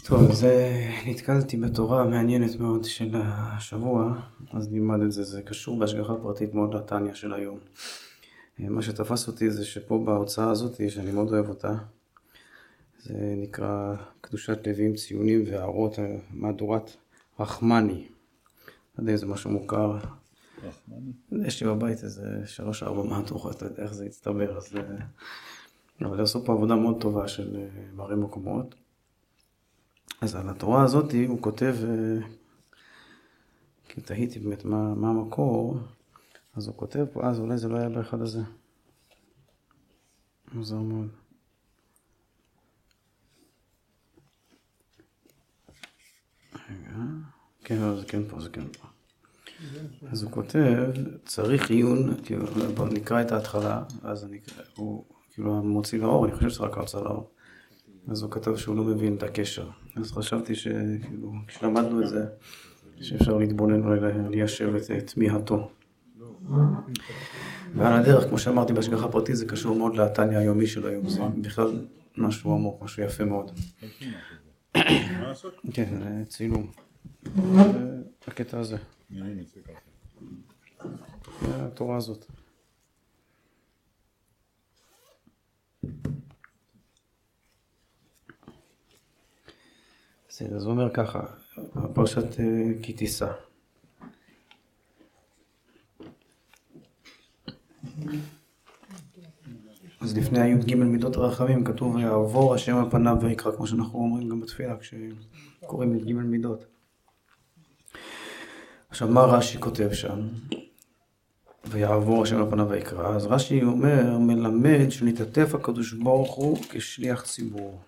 טוב, אז נתקלתי בתורה מעניינת מאוד של השבוע, אז נלמד את זה, זה קשור בהשגחה פרטית מאוד לתניה של היום. מה שתפס אותי זה שפה בהוצאה הזאת, שאני מאוד אוהב אותה, זה נקרא קדושת לוויים, ציונים והערות, מהדורת רחמני. לא יודע, זה משהו מוכר. רחמני? יש לי בבית איזה 3-4 מהדורות, לא יודע איך זה יצטבר, אז... אבל עשו פה עבודה מאוד טובה של מראה מקומות. אז על התורה הזאת הוא כותב, כי תהיתי באמת מה המקור, אז הוא כותב פה, אז אולי זה לא היה באחד הזה. מוזר מאוד. רגע, כן, זה כן פה, זה כן פה. אז הוא כותב, צריך עיון, כאילו, בוא נקרא את ההתחלה, אז הוא כאילו מוציא לאור, אני חושב שזה רק ההוצאה לאור. אז הוא כתב שהוא לא מבין את הקשר. אז חשבתי שכאילו, כשלמדנו את זה, שאפשר להתבונן וליישב את תמיהתו. ועל הדרך, כמו שאמרתי, בהשגחה פרטית זה קשור מאוד לתניה היומי של היום. זה בכלל משהו עמוק, משהו יפה מאוד. כן, צילום. הקטע הזה. התורה הזאת. אז הוא אומר ככה, פרשת כי תישא. אז לפני הי"ג מידות הרחמים כתוב יעבור השם על פניו ויקרא, כמו שאנחנו אומרים גם בתפילה כשקוראים י"ג מידות. עכשיו מה רש"י כותב שם? ויעבור השם על פניו ויקרא. אז רש"י אומר, מלמד שנתעטף הקדוש ברוך הוא כשליח ציבור.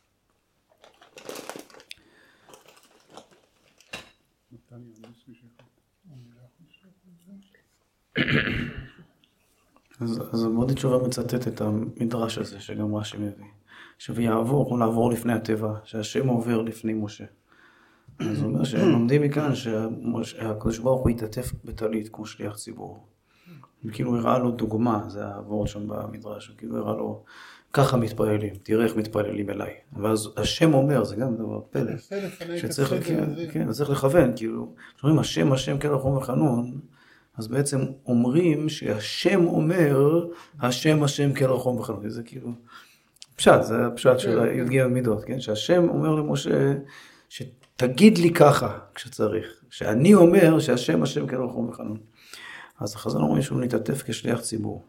אז המורדית שובה מצטט את המדרש הזה שגם רש"י מביא. שויעבור הוא לעבור לפני הטבע, שהשם עובר לפני משה. אז הוא אומר שהם לומדים מכאן שהקדוש ברוך הוא יתעטף בטלית כמו שליח ציבור. וכאילו הראה לו דוגמה, זה העבוד שם במדרש, הוא כאילו הראה לו, ככה מתפללים, תראה איך מתפללים אליי. ואז השם אומר, זה גם דבר פלא, שצריך לכוון, כאילו, כשאומרים השם, השם, כן רחום וחנון, אז בעצם אומרים שהשם אומר, השם, השם, כן רחום וחנון. זה כאילו, פשט, זה הפשט של י"ג מידות, כן? שהשם אומר למשה, שתגיד לי ככה כשצריך, שאני אומר שהשם, השם, כן רחום וחנון. אז החז"ל אומרים שהוא נתעטף כשליח ציבור.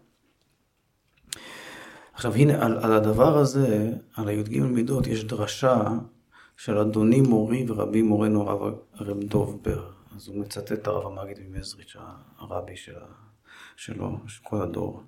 עכשיו הנה, על הדבר הזה, על הי"ג מידות, יש דרשה של אדוני מורי ורבי מורנו הרב דוב בר. אז הוא מצטט את הרב המגיד ממזריץ', הרבי שלו, של כל הדור.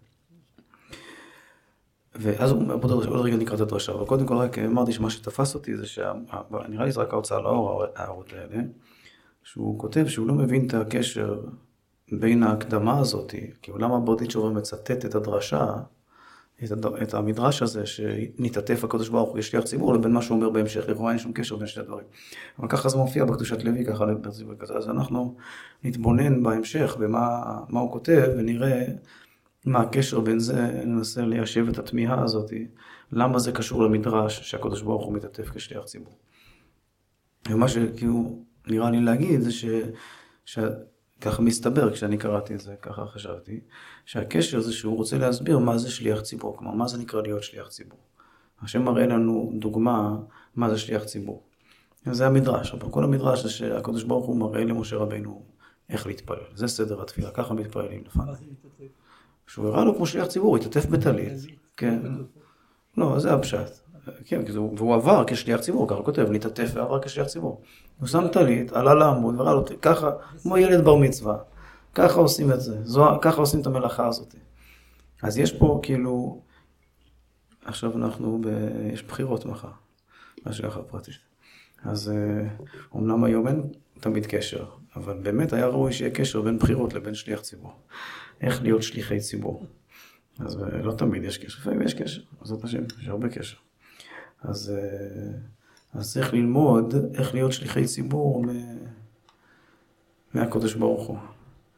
ואז הוא אומר, עוד רגע נקרא את הדרשה, אבל קודם כל רק אמרתי שמה שתפס אותי זה נראה לי זה רק ההוצאה לאור, ההערות האלה, שהוא כותב שהוא לא מבין את הקשר בין ההקדמה הזאת, כי עולם הברדית שובה מצטט את הדרשה, את המדרש הזה שנתעטף הקדוש ברוך הוא כשליח ציבור לבין מה שהוא אומר בהמשך, לכאורה אין שום קשר בין שני הדברים. אבל ככה זה מופיע בקדושת לוי, ככה לציבור כזה. אז אנחנו נתבונן בהמשך במה הוא כותב ונראה מה הקשר בין זה, ננסה ליישב את התמיהה הזאת, למה זה קשור למדרש שהקדוש ברוך הוא מתעטף כשליח ציבור. ומה שכאילו נראה לי להגיד זה ככה מסתבר כשאני קראתי את זה, ככה חשבתי, שהקשר זה שהוא רוצה להסביר מה זה שליח ציבור, כלומר מה זה נקרא להיות שליח ציבור. השם מראה לנו דוגמה מה זה שליח ציבור. זה המדרש, אבל כל המדרש זה שהקדוש ברוך הוא מראה למשה רבינו איך להתפלל. זה סדר התפילה, ככה מתפללים לפני. שהוא הראה לו כמו שליח ציבור, הוא התעטף בטלית. כן. לא, זה הפשט. כן, והוא עבר כשליח ציבור, ככה כותב, נתעטף ועבר כשליח ציבור. הוא שם טלית, עלה לעמוד וראה לו, ככה, כמו ילד בר מצווה, ככה עושים את זה, ככה עושים את המלאכה הזאת. אז יש פה כאילו, עכשיו יש בחירות מחר, בהשגחה פרטית. אז אומנם היום אין תמיד קשר, אבל באמת היה ראוי שיהיה קשר בין בחירות לבין שליח ציבור. איך להיות שליחי ציבור. אז לא תמיד יש קשר, לפעמים יש קשר, אז זאת השם, יש הרבה קשר. אז צריך ללמוד איך להיות שליחי ציבור מהקדוש ברוך הוא.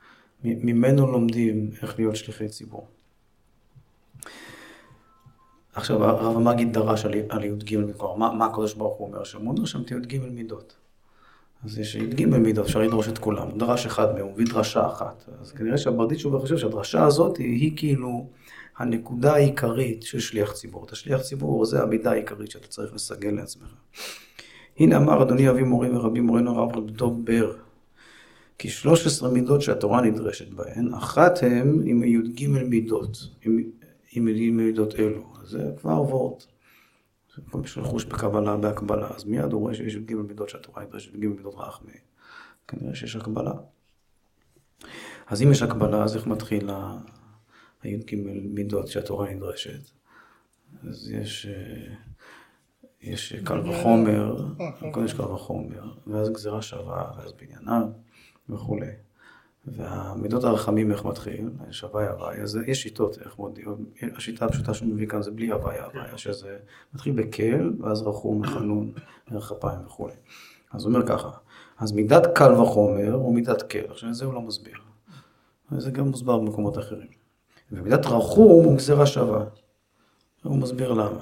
ממנו לומדים איך להיות שליחי ציבור. עכשיו, הרב המגיד דרש על י"ג מידות, מה הקדוש ברוך הוא אומר שם? הוא אומר שם י"ג מידות. אז יש י"ג מידות, אפשר לדרוש את כולם. הוא דרש אחד מהם, הוא הביא דרשה אחת. אז כנראה שהברדיצ'וב חושב שהדרשה הזאת היא כאילו הנקודה העיקרית של שליח ציבור. את השליח ציבור זה המידה העיקרית שאתה צריך לסגל לעצמך. הנה אמר אדוני אבי מורי ורבי מורנו הרב דב בר, כי 13 מידות שהתורה נדרשת בהן, אחת הם עם י"ג מידות, עם י"ג מידות אלו. אז זה כבר וורט. יש לחוש בקבלה, בהקבלה, אז מיד הוא רואה שיש י"ג מידות שהתורה נדרשת, י"ג מידות רחמי. כנראה שיש הקבלה. אז אם יש הקבלה, אז איך מתחיל הי"ג מידות שהתורה נדרשת? אז יש קל וחומר, קודם יש קל וחומר, ואז גזירה שווה, ואז בניינה וכו'. והמידות הרחמים איך מתחיל? יש הווי הווי, אז יש שיטות איך מודיעים. השיטה הפשוטה שהוא מביא כאן זה בלי הווי הווי, שזה מתחיל בקל, ואז רחום, חנון, ערך אפיים וכו'. אז הוא אומר ככה, אז מידת קל וחומר הוא מידת קל, עכשיו זה הוא לא מסביר. זה גם מוסבר במקומות אחרים. ומידת רחום הוא גזירה שווה. הוא מסביר למה.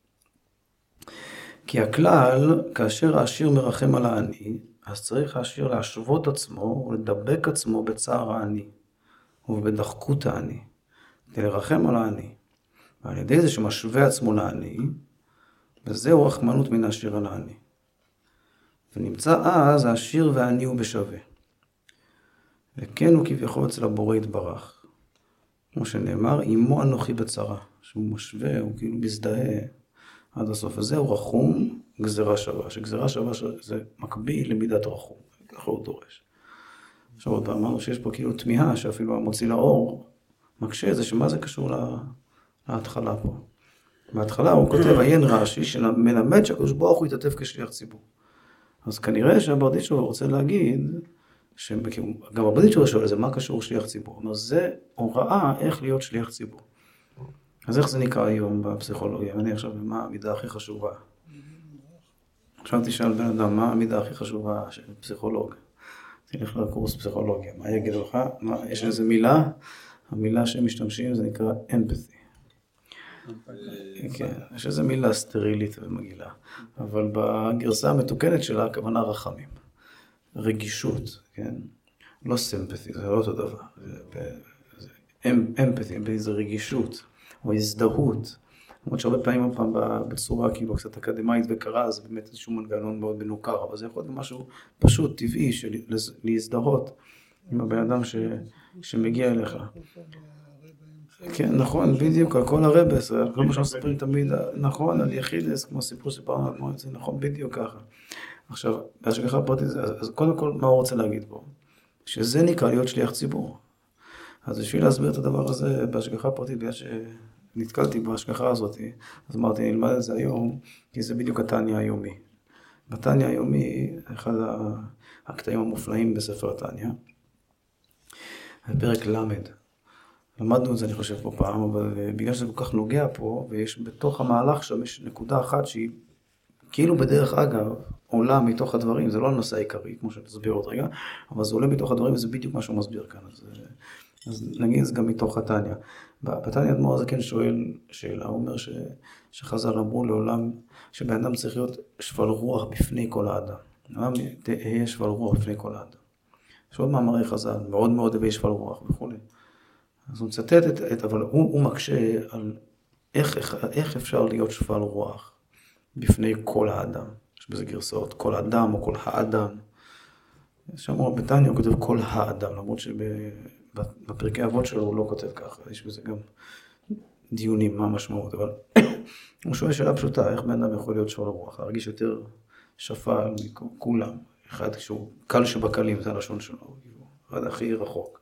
כי הכלל, כאשר העשיר מרחם על העני, אז צריך העשיר להשוות עצמו ולדבק עצמו בצער העני ובדחקות העני, כדי לרחם על העני. ועל ידי זה שמשווה עצמו לעני, וזהו רחמנות מן העשיר על העני. ונמצא אז העשיר והעני הוא בשווה. וכן הוא כביכול אצל הבורא יתברך. כמו שנאמר, עמו אנוכי בצרה, שהוא משווה, הוא כאילו מזדהה עד הסוף. הזה הוא רחום, גזירה שווה, שגזירה שווה זה מקביל למידת רחום, ככה הוא דורש. עכשיו עוד פעם אמרנו שיש פה כאילו תמיהה, שאפילו המוציא לאור מקשה את זה, שמה זה קשור להתחלה פה. בהתחלה הוא כותב, עיין רש"י, שמלמד שהקדוש ברוך הוא יתעטף כשליח ציבור. אז כנראה שהברדיצ'וב רוצה להגיד, גם הברדיצ'וב שואל את זה, מה קשור שליח ציבור? הוא אומר, זה הוראה איך להיות שליח ציבור. אז איך זה נקרא היום בפסיכולוגיה? אני עכשיו, מה המידה הכי חשובה? עכשיו תשאל בן אדם, מה המידה הכי חשובה של פסיכולוג? תלך לקורס פסיכולוגיה, מה יגידו לך? יש איזו מילה? המילה שהם משתמשים זה נקרא empathy. כן, יש איזו מילה סטרילית ומגעילה, אבל בגרסה המתוקנת שלה הכוונה רחמים. רגישות, כן? לא sympathy, זה לא אותו דבר. empathy, זה רגישות. או הזדהות, למרות שהרבה פעמים הפעם בצורה כאילו קצת אקדמית וקרה, זה באמת איזשהו מנגנון מאוד מנוכר, אבל זה יכול להיות משהו פשוט, טבעי, של להזדהות עם הבן אדם שמגיע אליך. כן, נכון, בדיוק, על כל הרבס, על כל מה שמספרים תמיד, נכון, על יחידס, כמו סיפור שפרנו, זה נכון, בדיוק ככה. עכשיו, בהשגחה פרטית, אז קודם כל, מה הוא רוצה להגיד פה? שזה נקרא להיות שליח ציבור. אז בשביל להסביר את הדבר הזה בהשגחה פרטית, בגלל שנתקלתי בהשגחה הזאת, אז אמרתי, נלמד את זה היום, כי זה בדיוק התניא היומי. בתניא היומי, אחד הקטעים המופלאים בספר התניא, בפרק למד. למדנו את זה, אני חושב, פה פעם, אבל בגלל שזה כל כך נוגע פה, ויש בתוך המהלך שם, יש נקודה אחת שהיא כאילו בדרך אגב, עולה מתוך הדברים, זה לא הנושא העיקרי, כמו שתסביר עוד רגע, אבל זה עולה מתוך הדברים, וזה בדיוק מה שהוא מסביר כאן. אז נגיד זה גם מתוך התניא. בתניא אדמו"ר הזה כן שואל שאלה, הוא אומר שחז"ל אמרו לעולם, שבן אדם צריך להיות שפל רוח בפני כל האדם. העולם תהיה שפל רוח בפני כל האדם. יש עוד מאמרי חז"ל, מאוד מאוד הווי שפל רוח וכו'. אז הוא מצטט אבל הוא מקשה על איך אפשר להיות שפל רוח בפני כל האדם. יש בזה גרסאות, כל האדם או כל האדם. שם בתניא הוא כותב כל האדם, למרות שבפרקי אבות שלו הוא לא כותב ככה. יש בזה גם דיונים מה המשמעות, אבל הוא שואל שאלה פשוטה, איך בן אדם יכול להיות שפל רוח? להרגיש יותר שפל מכולם. אחד שהוא קל שבקלים, זה הלשון שלו, אחד הכי רחוק.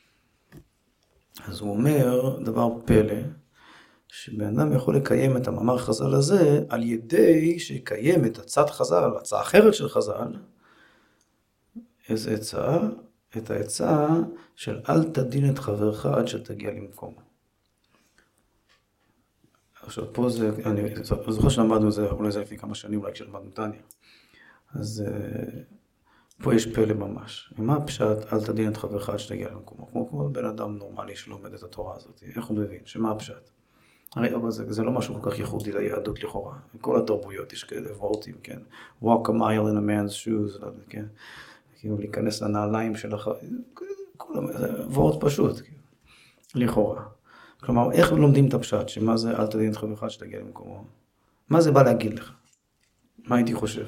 אז הוא אומר דבר פלא, שבן אדם יכול לקיים את המאמר חז"ל הזה, על ידי שיקיים את הצעת חז"ל, הצעה אחרת של חז"ל. איזה הצעה? את ההצעה של אל תדין את חברך עד שתגיע למקום. עכשיו פה זה, אני זוכר שלמדנו את זה, אולי זה לפני כמה שנים, אולי כשלמדנו תניא. אז פה יש פלא ממש. מה הפשט? אל תדין את חברך עד שתגיע למקום. כמו בן אדם נורמלי שלומד את התורה הזאת. איך הוא מבין? שמה הפשט? הרי אבל זה לא משהו כל כך ייחודי ליהדות לכאורה. כל התרבויות יש כאלה וורטים, כן? Walk a mile in a man's shoes, כן? כאילו להיכנס לנעליים של זה וורט פשוט, לכאורה. כלומר, איך לומדים את הפשט? שמה זה אל תדין את חברך שתגיע למקומו? מה זה בא להגיד לך? מה הייתי חושב?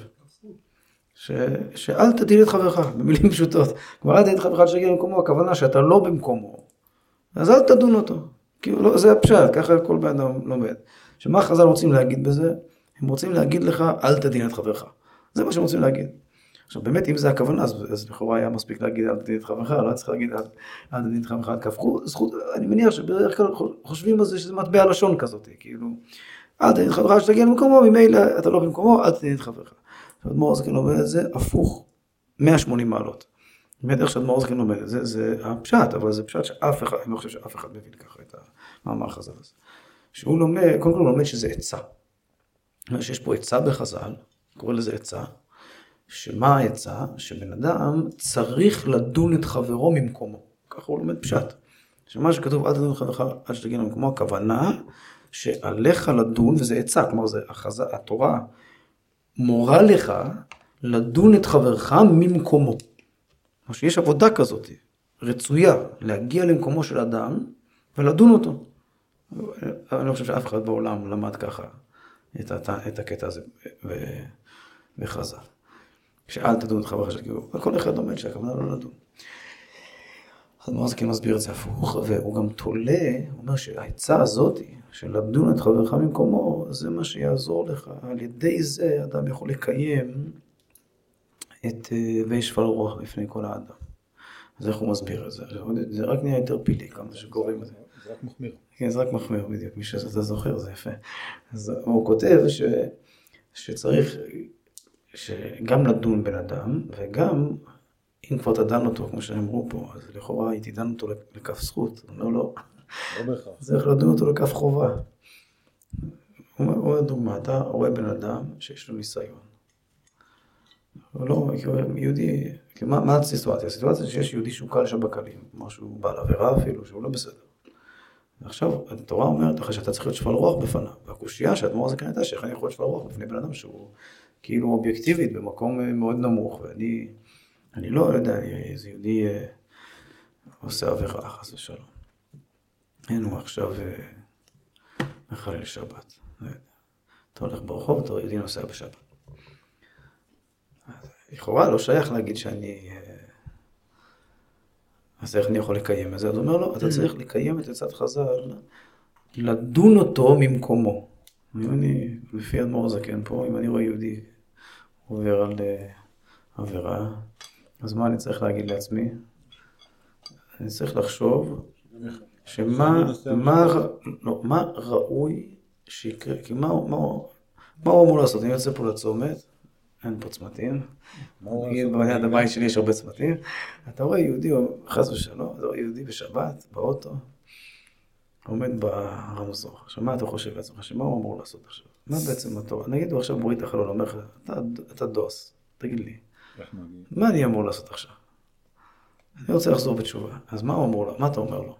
שאל תדין את חברך, במילים פשוטות. כבר אל תדין את חברך שתגיע למקומו, הכוונה שאתה לא במקומו. אז אל תדון אותו. כאילו, זה הפשט, ככה כל בן אדם לומד. שמה חז"ל רוצים להגיד בזה? הם רוצים להגיד לך, אל תדין את חברך. זה מה שהם רוצים להגיד. עכשיו, באמת, אם זה הכוונה, אז לכאורה היה מספיק להגיד, אל תדין את חברך, לא צריך להגיד, אל תדין את חברך, כפכו, זכות, אני מניח שבדרך כלל חושבים על זה שזה מטבע לשון כזאת, כאילו, אל תדין את חברך שתגיע למקומו, ממילא אתה לא במקומו, אל תדין את חברך. אדמו"ר הזקן לומד את זה הפוך 180 מעלות. באמת איך שאדמו"ר הזקן לומד את זה, זה הפשט, אבל זה פשט שאף אחד, אני לא חושב שאף אחד מבין ככה את המאמר חז"ל הזה. שהוא לומד, קודם כל הוא לומד שזה עצה. שיש פה עצה בחז"ל, קורא לזה עצה, שמה העצה? שבן אדם צריך לדון את חברו ממקומו. ככה הוא לומד פשט. שמה שכתוב, אל תדון את חברך עד שתגיע למקומו, הכוונה שעליך לדון, וזה עצה, כלומר זה התורה, מורה לך לדון את חברך ממקומו. יש עבודה כזאת, רצויה, להגיע למקומו של אדם ולדון אותו. אני לא חושב שאף אחד בעולם למד ככה את הקטע הזה בחז"ל. שאל תדון את חברך שתגיעו, וכל אחד לומד שהכוונה לא לדון. אז מוז כן מסביר את זה הפוך, והוא גם תולה, הוא אומר שהעצה הזאת של לדון את חברך ממקומו, זה מה שיעזור לך. על ידי זה אדם יכול לקיים את וישפל רוח בפני כל האדם. אז איך הוא מסביר את זה? זה רק נהיה יותר פילי, כמה שקוראים את זה. זה רק מחמיר. כן, זה רק מחמיר בדיוק, מי שאתה זוכר, זה יפה. אז הוא כותב שצריך שגם לדון בן אדם, וגם אם כבר תדן אותו, כמו שאמרו פה, אז לכאורה הייתי דן אותו לכף זכות. הוא אומר לו, צריך לדון אותו לכף חובה. הוא אומר דוגמה, אתה רואה בן אדם שיש לו ניסיון. הוא לא, יהודי, מה הסיטואציה? הסיטואציה שיש יהודי שהוא קל שבקלים, כלומר שהוא בעל עבירה אפילו, שהוא לא בסדר. ועכשיו, התורה אומרת לך שאתה צריך להיות שפל רוח בפניו. והקושייה שהאדמו"ר הזקן הייתה שאיך אני יכול להיות שפל רוח בפני בן אדם שהוא כאילו אובייקטיבית במקום מאוד נמוך, ואני לא יודע, איזה יהודי עושה עבירה, חס ושלום. אין הוא עכשיו מחלל שבת. אתה הולך ברחוב, אתה יהודי נוסע בשבת. לכאורה לא שייך להגיד שאני... אז איך אני יכול לקיים את זה? אז הוא אומר לו, אתה צריך לקיים את עצת חז"ל, לדון אותו ממקומו. אם אני, לפי אדמו"ר הזקן פה, אם אני רואה יהודי עובר על עבירה, אז מה אני צריך להגיד לעצמי? אני צריך לחשוב מה ראוי שיקרה, כי מה הוא אמור לעשות? אני יוצא פה לצומת, אין פה צמתים, בבניין הבית שלי יש הרבה צמתים, אתה רואה יהודי, חס ושלום, אתה רואה יהודי בשבת, באוטו, עומד ברמזור. עכשיו, מה אתה חושב לעצמך? שמה הוא אמור לעשות עכשיו? מה בעצם התורה? נגיד הוא עכשיו מוריד את החלון, אומר לך, אתה דוס, תגיד לי, מה אני אמור לעשות עכשיו? אני רוצה לחזור בתשובה, אז מה הוא אמור, מה אתה אומר לו?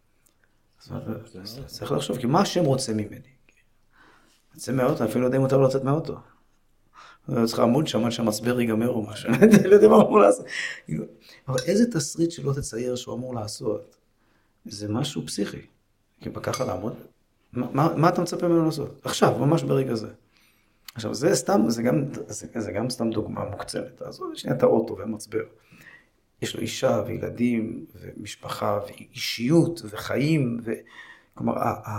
צריך לחשוב, כי מה השם רוצה ממני? יצא מהאוטו, אפילו לא יודע אם מותר לו לצאת מהאוטו. צריך לעמוד שם, שהמצבר ייגמר או משהו, אני לא יודע מה הוא אמור לעשות. אבל איזה תסריט שלא תצייר שהוא אמור לעשות, זה משהו פסיכי. כי ככה לעמוד, מה אתה מצפה ממנו לעשות? עכשיו, ממש ברגע זה. עכשיו, זה גם סתם דוגמה מוקצרת. אז שנייה את האוטו והמצבר. יש לו אישה וילדים ומשפחה ואישיות וחיים. כלומר,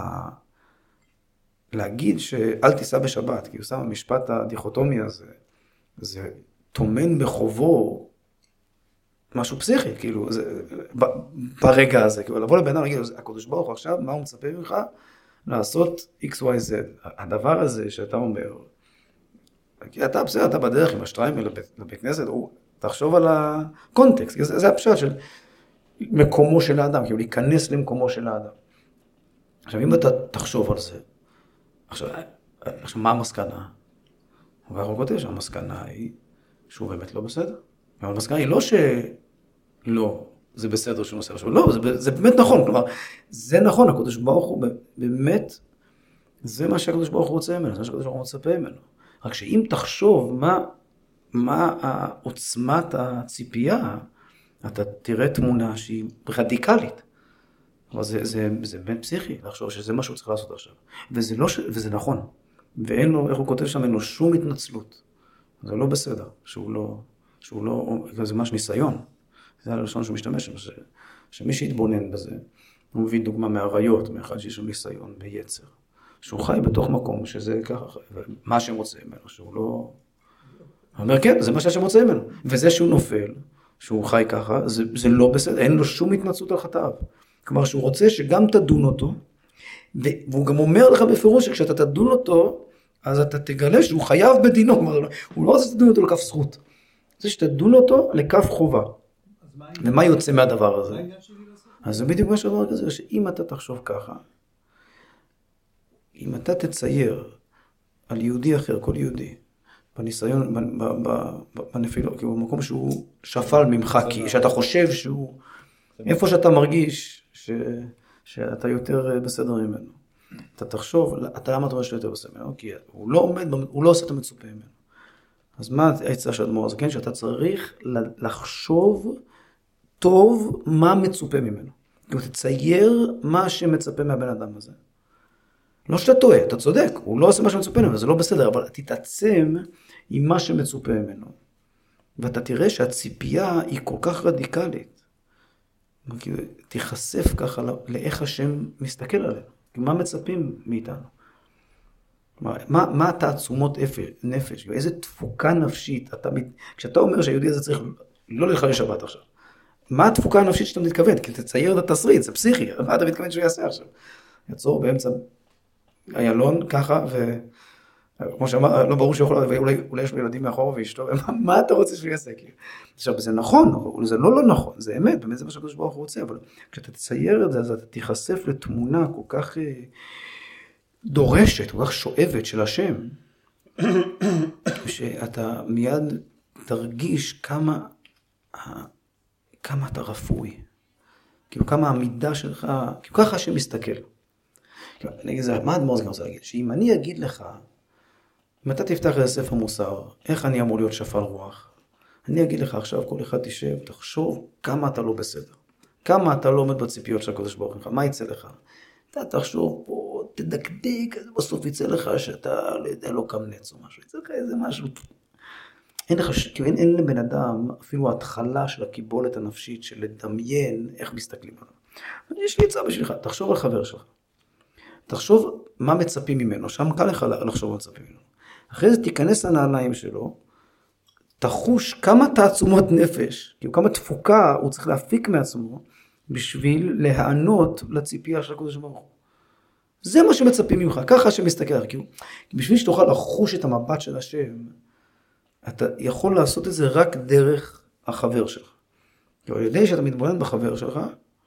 להגיד שאל תיסע בשבת, כי הוא שם המשפט הדיכוטומי הזה, זה תומן בחובו משהו פסיכי, כאילו, ברגע הזה, כאילו, לבוא לבן אדם, להגיד, הקדוש ברוך הוא עכשיו, מה הוא מצפה ממך? לעשות XYZ. הדבר הזה שאתה אומר, כי אתה בסדר, אתה בדרך עם השטריימל לבית כנסת, תחשוב על הקונטקסט, זה הפשט של מקומו של האדם, כאילו, להיכנס למקומו של האדם. עכשיו, אם אתה תחשוב על זה, עכשיו, מה המסקנה? הוא כותב שהמסקנה היא שהוא באמת לא בסדר. אבל המסקנה היא לא שלא, זה בסדר שהוא נוסע לשם. לא, זה באמת נכון. כלומר, זה נכון, הקדוש ברוך הוא באמת זה מה שהקדוש ברוך הוא רוצה ממנו, זה מה שהקדוש ברוך הוא מצפה ממנו. רק שאם תחשוב מה עוצמת הציפייה, אתה תראה תמונה שהיא רדיקלית. אבל זה בין פסיכי לחשוב שזה מה שהוא צריך לעשות עכשיו. וזה נכון. ואין לו, איך הוא כותב שם, אין לו שום התנצלות. זה לא בסדר, שהוא לא, זה ממש ניסיון. זה הלשון שהוא משתמש, שמי שיתבונן בזה, הוא מביא דוגמה מהעריות, מאחד שיש לו ניסיון ביצר. שהוא חי בתוך מקום שזה ככה, מה שהם רוצים ממנו, שהוא לא... הוא אומר, כן, זה מה שהם רוצים ממנו. וזה שהוא נופל, שהוא חי ככה, זה לא בסדר, אין לו שום התנצלות על חטאיו. כלומר, שהוא רוצה שגם תדון אותו, והוא גם אומר לך בפירוש שכשאתה תדון אותו, אז אתה תגלה שהוא חייב בדינו, כלומר, הוא לא רוצה שתדון אותו לכף זכות. זה שתדון אותו לכף חובה. ומה יוצא מהדבר הזה? אז זה בדיוק מה שדבר כזה, שאם אתה תחשוב ככה, אם אתה תצייר על יהודי אחר, כל יהודי, בניסיון, בנפילו, כי הוא במקום שהוא שפל ממך, כי שאתה חושב שהוא, איפה שאתה מרגיש שאתה יותר בסדר ממנו. אתה תחשוב, אתה למה אתה רואה שאתה יותר בסדר ממנו? כי הוא לא עומד, הוא לא עושה את המצופה ממנו. אז מה העצה של אדמו"ר הזקן? שאתה צריך לחשוב טוב מה מצופה ממנו. כאילו תצייר מה שמצפה מהבן אדם הזה. לא שאתה טועה, אתה צודק, הוא לא עושה מה שמצופה ממנו, זה לא בסדר, אבל תתעצם עם מה שמצופה ממנו. ואתה תראה שהציפייה היא כל כך רדיקלית. תיחשף ככה לאיך השם מסתכל עלינו. מה מצפים מאיתנו? מה התעצומות נפש? איזה תפוקה נפשית? כשאתה אומר שהיהודי הזה צריך לא לחלל שבת עכשיו. מה התפוקה הנפשית שאתה מתכוון? כי תצייר את התסריט, זה פסיכי. מה אתה מתכוון שהוא יעשה עכשיו? יצור באמצע איילון ככה, וכמו שאמר, לא ברור שיכול, ואולי יש לו ילדים מאחור ואשתו, מה אתה רוצה שהוא יעשה? עכשיו, זה נכון, זה לא נכון, זה אמת, באמת זה מה שהקדוש ברוך הוא רוצה, אבל כשאתה תצייר את זה, אז אתה תיחשף לתמונה כל כך דורשת, כל כך שואבת של השם, שאתה מיד תרגיש כמה אתה רפוי, כאילו כמה המידה שלך, כאילו ככה השם מסתכל. אני אגיד, מה אדמו"ר הזקן רוצה להגיד? שאם אני אגיד לך, אם אתה תפתח את ספר מוסר, איך אני אמור להיות שפל רוח? אני אגיד לך עכשיו, כל אחד תשב, תחשוב כמה אתה לא בסדר. כמה אתה לא עומד בציפיות של הקדוש ברוך הוא. מה יצא לך? אתה תחשוב פה, תדקדק, בסוף יצא לך שאתה לא קמנץ או משהו. יצא לך איזה משהו. אין לבן אדם אפילו ההתחלה של הקיבולת הנפשית של לדמיין איך מסתכלים עליו. יש לי עצה בשבילך, תחשוב על חבר שלך. תחשוב מה מצפים ממנו, שם קל לך לחשוב מה מצפים ממנו. אחרי זה תיכנס לנעליים שלו, תחוש כמה תעצומות נפש, כאילו כמה תפוקה הוא צריך להפיק מעצמו, בשביל להענות לציפייה של הקדוש ברוך הוא. זה מה שמצפים ממך, ככה שמסתכל עליך, כאילו, בשביל שתוכל לחוש את המבט של השם, אתה יכול לעשות את זה רק דרך החבר שלך. כאילו, על ידי שאתה מתבונן בחבר שלך,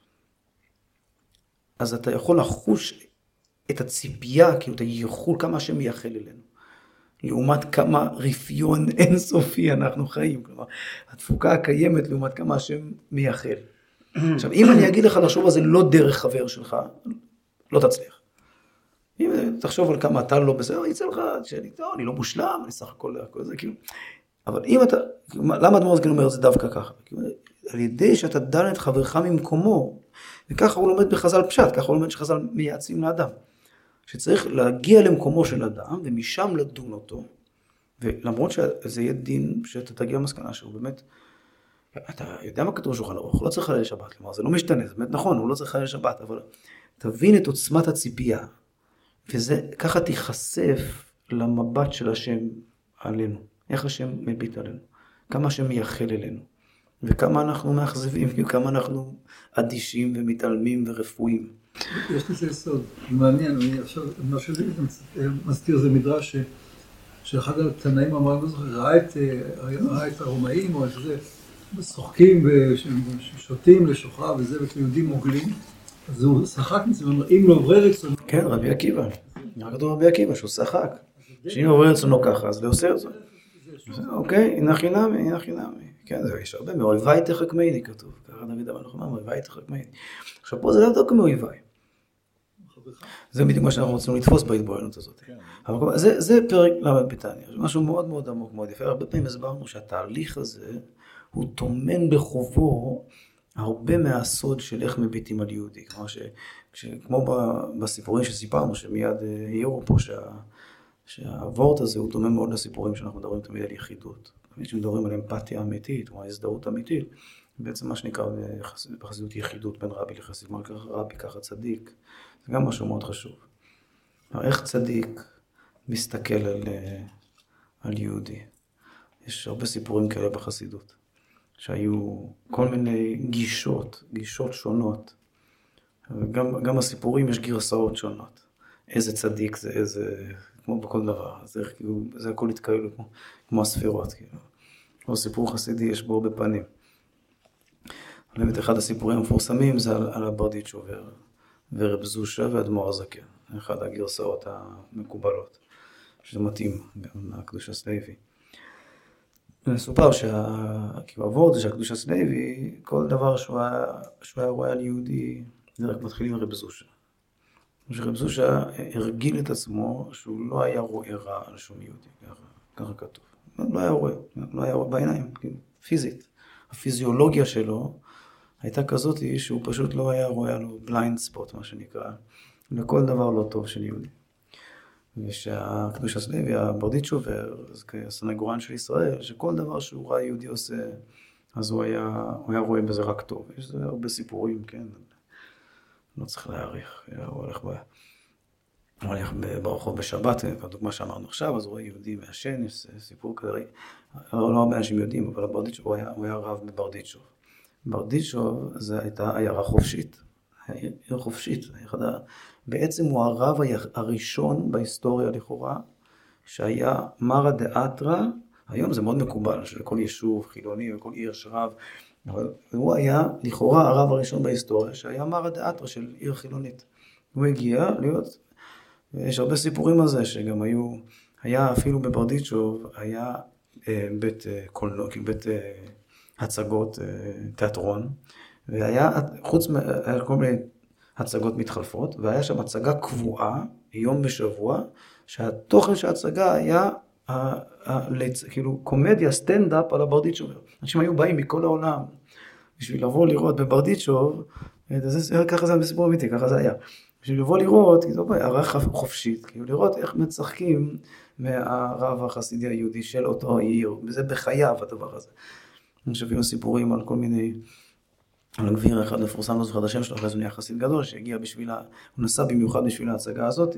אז אתה יכול לחוש את הציפייה, כאילו את הייחול, כמה השם מייחל אלינו. לעומת כמה רפיון אינסופי אנחנו חיים. כלומר, התפוקה הקיימת לעומת כמה השם מייחל. עכשיו, אם אני אגיד לך לחשוב על זה לא דרך חבר שלך, לא תצליח. אם תחשוב על כמה אתה לא בסדר, יצא לך, אני לא מושלם, אני סך הכל זה, כאילו. אבל אם אתה, למה אדמו"ר הזקן אומר את זה דווקא ככה? על ידי שאתה דן את חברך ממקומו, וככה הוא לומד בחז"ל פשט, ככה הוא לומד שחז"ל מייעצים לאדם. שצריך להגיע למקומו של אדם, ומשם לדון אותו, ולמרות שזה יהיה דין שאתה תגיע למסקנה שהוא באמת, אתה יודע מה כתוב שולחן ערוך, הוא לא צריך לחלל שבת, כלומר זה לא משתנה, זה באמת נכון, הוא לא צריך לחלל שבת, אבל תבין את עוצמת הציפייה, וזה ככה תיחשף למבט של השם עלינו, איך השם מביט עלינו, כמה השם מייחל אלינו, וכמה אנחנו מאכזבים, וכמה אנחנו אדישים ומתעלמים ורפואים. יש לזה יסוד, מעניין, אני עכשיו, מה שלי מזכיר זה מדרש שאחד התנאים אמר, אני לא זוכר, ראה את הרומאים או איזה, שוחקים ושותים לשוכרה וזה, ויהודים מוגלים, אז הוא שחק מזה, אם לא עובר רצונו. כן, רבי עקיבא, כתוב רבי עקיבא שהוא שחק, שאם עובר רצונו ככה, אז לא עושה את זה. אוקיי, הנחי נמי. כן, זה יש הרבה, מאויביי תחכמני כתוב, ככה דוד המלך אומר, מאויביי תחכמני. עכשיו פה זה לא דווקא מאויביי. זה בדיוק מה שאנחנו רוצים לתפוס בהתבוננות הזאת. אבל זה פרק ל' בתניא, משהו מאוד מאוד עמוק, מאוד יפה. הרבה פעמים הסברנו שהתהליך הזה הוא טומן בחובו הרבה מהסוד של איך מביטים על יהודי. כמו בסיפורים שסיפרנו, שמיד העירו פה שהוורט הזה הוא דומה מאוד לסיפורים שאנחנו מדברים תמיד על יחידות. תמיד שמדברים על אמפתיה אמיתית, או הזדהות אמיתית, בעצם מה שנקרא בחסידות יחידות בין רבי לחסיד, מה ככה רבי ככה צדיק, זה גם משהו מאוד חשוב. איך צדיק מסתכל על יהודי? יש הרבה סיפורים כאלה בחסידות, שהיו כל מיני גישות שונות, וגם הסיפורים יש גרסאות שונות. איזה צדיק זה, איזה, כמו בכל דבר, זה הכל התקהל כמו הספירות, כאילו. או סיפור חסידי יש בו הרבה פנים. באמת אחד הסיפורים המפורסמים זה על הברדיצ'ו ורב זושה ואדמו"ר הזקן, אחד הגרסאות המקובלות, שזה מתאים גם לקדושת לוי. מסופר שהוורד זה שהקדושת לוי, כל דבר שהוא היה רואה על יהודי, זה רק מתחילים עם רב זושה. שרב זושה הרגיל את עצמו שהוא לא היה רואה רע על שום יהודי, ככה כתוב. לא היה רואה בעיניים, פיזית. הפיזיולוגיה שלו הייתה כזאת שהוא פשוט לא היה רואה לו בליינד ספוט, מה שנקרא, לכל דבר לא טוב של יהודי. ושהקדושת לוי, הברדיצ'ו, הסנגורן של ישראל, שכל דבר שהוא ראה יהודי עושה, אז הוא היה רואה בזה רק טוב. יש הרבה סיפורים, כן, לא צריך להעריך, הוא הולך ברחוב בשבת, כדוגמה שאמרנו עכשיו, אז הוא רואה יהודי מעשן, יש סיפור כזה, לא הרבה אנשים יודעים, אבל הברדיצ'ו, הוא היה רב בברדיצ'ו. ברדיצ'ו זה הייתה עיירה חופשית, עיר חופשית, בעצם הוא הרב הראשון בהיסטוריה לכאורה, שהיה מרא דאתרא, היום זה מאוד מקובל, שלכל יישוב חילוני וכל עיר יש רב, אבל הוא היה לכאורה הרב הראשון בהיסטוריה, שהיה מרא דאתרא של עיר חילונית. הוא הגיע להיות, ויש הרבה סיפורים על זה, שגם היה אפילו בברדיצ'ו, היה בית קולנוע, בית הצגות, תיאטרון, והיה חוץ כל מיני הצגות מתחלפות, והיה שם הצגה קבועה, יום בשבוע, שהתוכן של ההצגה היה כאילו קומדיה, סטנדאפ על הברדיצ'וב. אנשים היו באים מכל העולם בשביל לבוא לראות בברדיצ'וב, ככה זה בסיפור אמיתי, ככה זה היה. בשביל לבוא לראות, כי זה ערך חופשית, כאילו לראות איך מצחקים מהרב החסידי היהודי של אותו עיר, וזה בחייו הדבר הזה. שווים סיפורים על כל מיני, על גביר אחד מפורסם, לא זוכר את השם שלו, אחרי זה נהיה חסיד גדול, שהגיע בשביל, הוא נסע במיוחד בשביל ההצגה הזאת,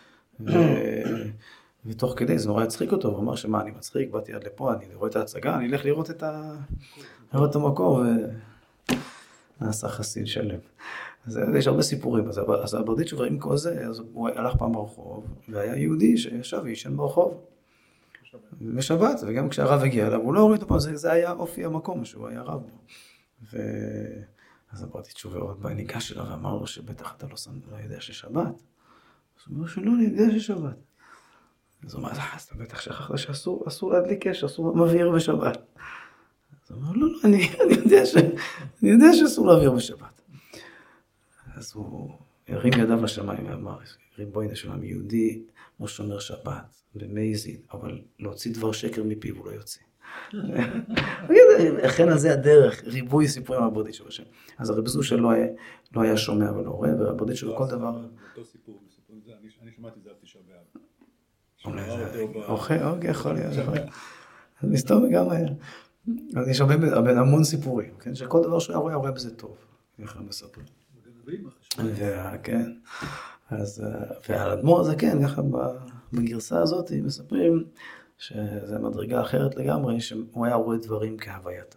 ותוך כדי זה נורא הצחיק אותו, הוא אמר שמה, אני מצחיק, באתי עד לפה, אני רואה את ההצגה, אני אלך לראות את המקור, ונעשה חסיד שלם. אז יש הרבה סיפורים, אז הברדיצ'וב עם כל זה, אז הוא הלך פעם ברחוב, והיה יהודי שישב וישן ברחוב, בשבת, וגם כשהרב הגיע אליו, הוא לא הוריד אותו, זה היה אופי המקום שהוא היה רב בו. אז הברדיצ'וב עוד בא, ניגש אליו ואמר לו שבטח אתה לא יודע ששבת. אז הוא אומר שלא, אני יודע ששבת. אז הוא אומר, אז אתה בטח שכחת שאסור להדליק אש, אסור מבעיר בשבת. אז הוא אומר, לא, אני יודע שאסור להבעיר בשבת. אז הוא הרים ידיו לשמיים ואמר, ריבונו של עולם, יהודי לא שומר שבת ומזיד, אבל להוציא דבר שקר מפיו הוא לא יוציא. לכן אז זה הדרך, ריבוי סיפורים על הברדיצ'וב השם. אז הרב זושה לא היה שומע ולא רואה, והברדיצ'וב כל דבר... אותו סיפור, אני שמעתי את זה על תשעה באב. אוקיי, יכול להיות. אז מסתובב גם היה. אז יש הרבה המון סיפורים, שכל דבר שהוא היה רואה בזה טוב. איך הם מספרים. כן. ועל אדמו"ר הזה כן, ככה בגרסה הזאת מספרים שזה מדרגה אחרת לגמרי, שהוא היה רואה דברים כהווייתם.